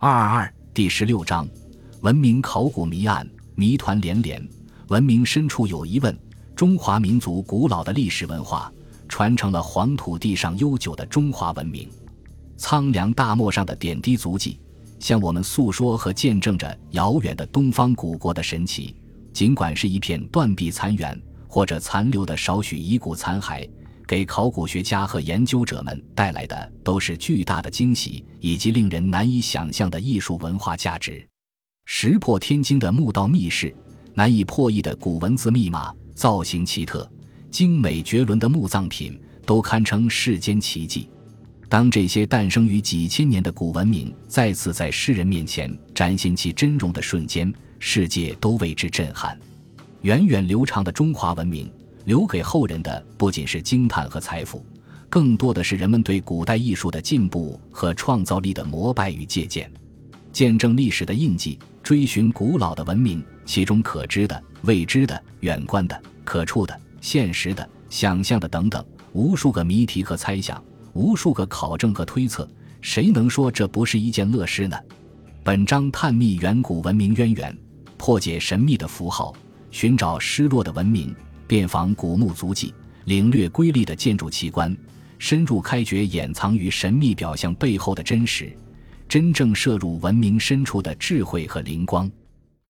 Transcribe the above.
第16章文明考古谜案，谜团连连。文明深处有疑问，中华民族古老的历史文化传承了黄土地上悠久的中华文明。苍凉大漠上的点滴足迹，向我们诉说和见证着遥远的东方古国的神奇。尽管是一片断壁残垣或者残留的少许遗骨残骸，给考古学家和研究者们带来的都是巨大的惊喜，以及令人难以想象的艺术文化价值。石破天惊的墓道密室，难以破译的古文字密码，造型奇特精美绝伦的墓葬品，都堪称世间奇迹。当这些诞生于几千年的古文明再次在世人面前展现其真容的瞬间，世界都为之震撼。源远流长的中华文明留给后人的不仅是惊叹和财富，更多的是人们对古代艺术的进步和创造力的膜拜与借鉴。见证历史的印记，追寻古老的文明，其中可知的、未知的、远观的、可触的、现实的、想象的等等，无数个谜题和猜想，无数个考证和推测，谁能说这不是一件乐事呢？本章探秘远古文明渊源，破解神秘的符号，寻找失落的文明，遍访古墓足迹，领略瑰丽的建筑奇观，深入开掘掩藏于神秘表象背后的真实，真正摄入文明深处的智慧和灵光。